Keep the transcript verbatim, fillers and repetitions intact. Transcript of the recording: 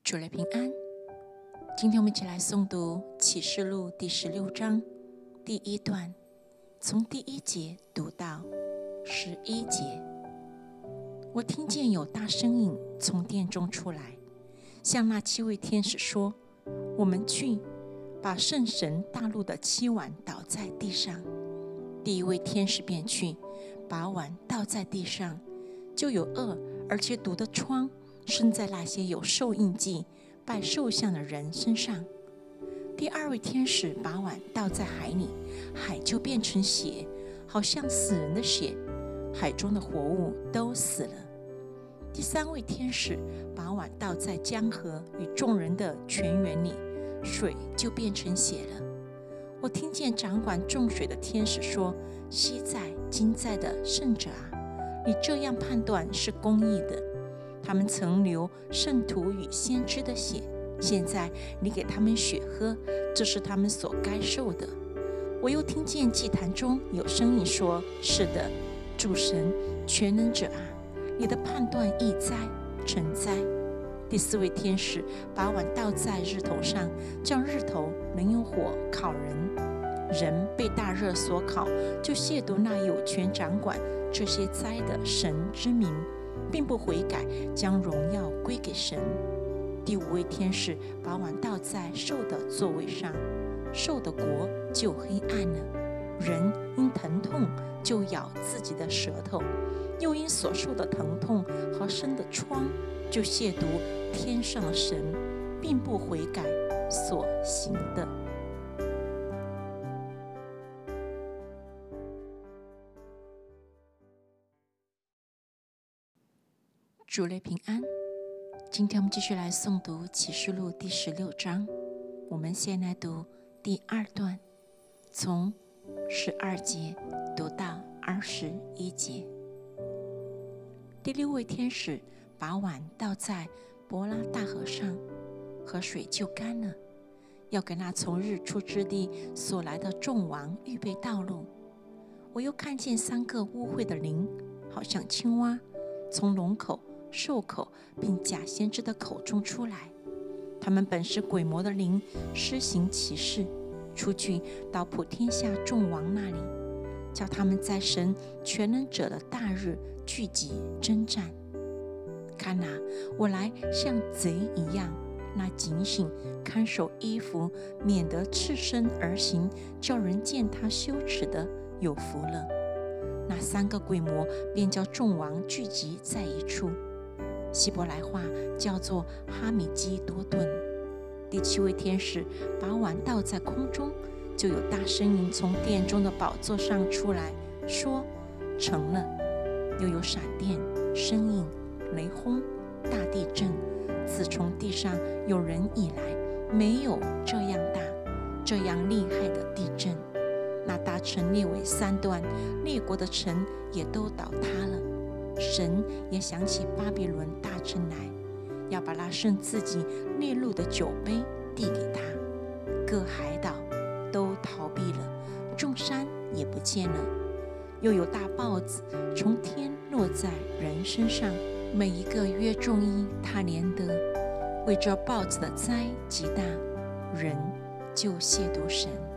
主内平安。今天我们一起来诵读启示录第十六章第一段，从第一节读到十一节。我听见有大声音从殿中出来，向那七位天使说：我们去，把圣神大陆的七碗倒在地上。第一位天使便去，把碗倒在地上，就有恶而且毒的疮生在那些有兽印记、拜兽像的人身上。第二位天使把碗倒在海里，海就变成血，好像死人的血，海中的活物都死了。第三位天使把碗倒在江河与众人的泉源里，水就变成血了。我听见掌管众水的天使说：昔在今在的圣者啊，你这样判断是公义的。他们曾流圣徒与先知的血，现在你给他们血喝，这是他们所该受的。我又听见祭坛中有声音说：是的，主神全能者啊，你的判断易哉，成哉。第四位天使把碗倒在日头上，叫日头能用火烤人。人被大热所烤，就亵渎那有权掌管这些灾的神之名，并不悔改，将荣耀归给神。第五位天使把碗倒在兽的座位上，兽的国就黑暗了。人因疼痛就咬自己的舌头，又因所受的疼痛和生的疮，就亵渎天上的神，并不悔改所行的。主内平安。今天我们继续来诵读启示录第十六章，我们先来读第二段，从十二节读到二十一节。第六位天使把碗倒在伯拉大河上，河水就干了，要给那从日出之地所来的众王预备道路。我又看见三个污秽的灵，好像青蛙，从龙口、兽口并假先知的口中出来。他们本是鬼魔的灵，施行奇事，出去到普天下众王那里，叫他们在神全能者的大日聚集征战。看哪，我来像贼一样，那警醒看守衣服，免得赤身而行，叫人见他羞耻的，有福了。那三个鬼魔便叫众王聚集在一处，希伯来话叫做哈米基多顿。第七位天使把碗倒在空中，就有大声音从殿中的宝座上出来，说：成了。又有闪电、声音、雷轰、大地震，自从地上有人以来，没有这样大、这样厉害的地震。那大城列为三段，列国的城也都倒塌了。神也想起巴比伦大城来，要把那圣自己烈怒的酒杯递给他。各海岛都逃避了，众山也不见了。又有大豹子从天落在人身上，每一个约重一他连得。为这豹子的灾极大，人就亵渎神。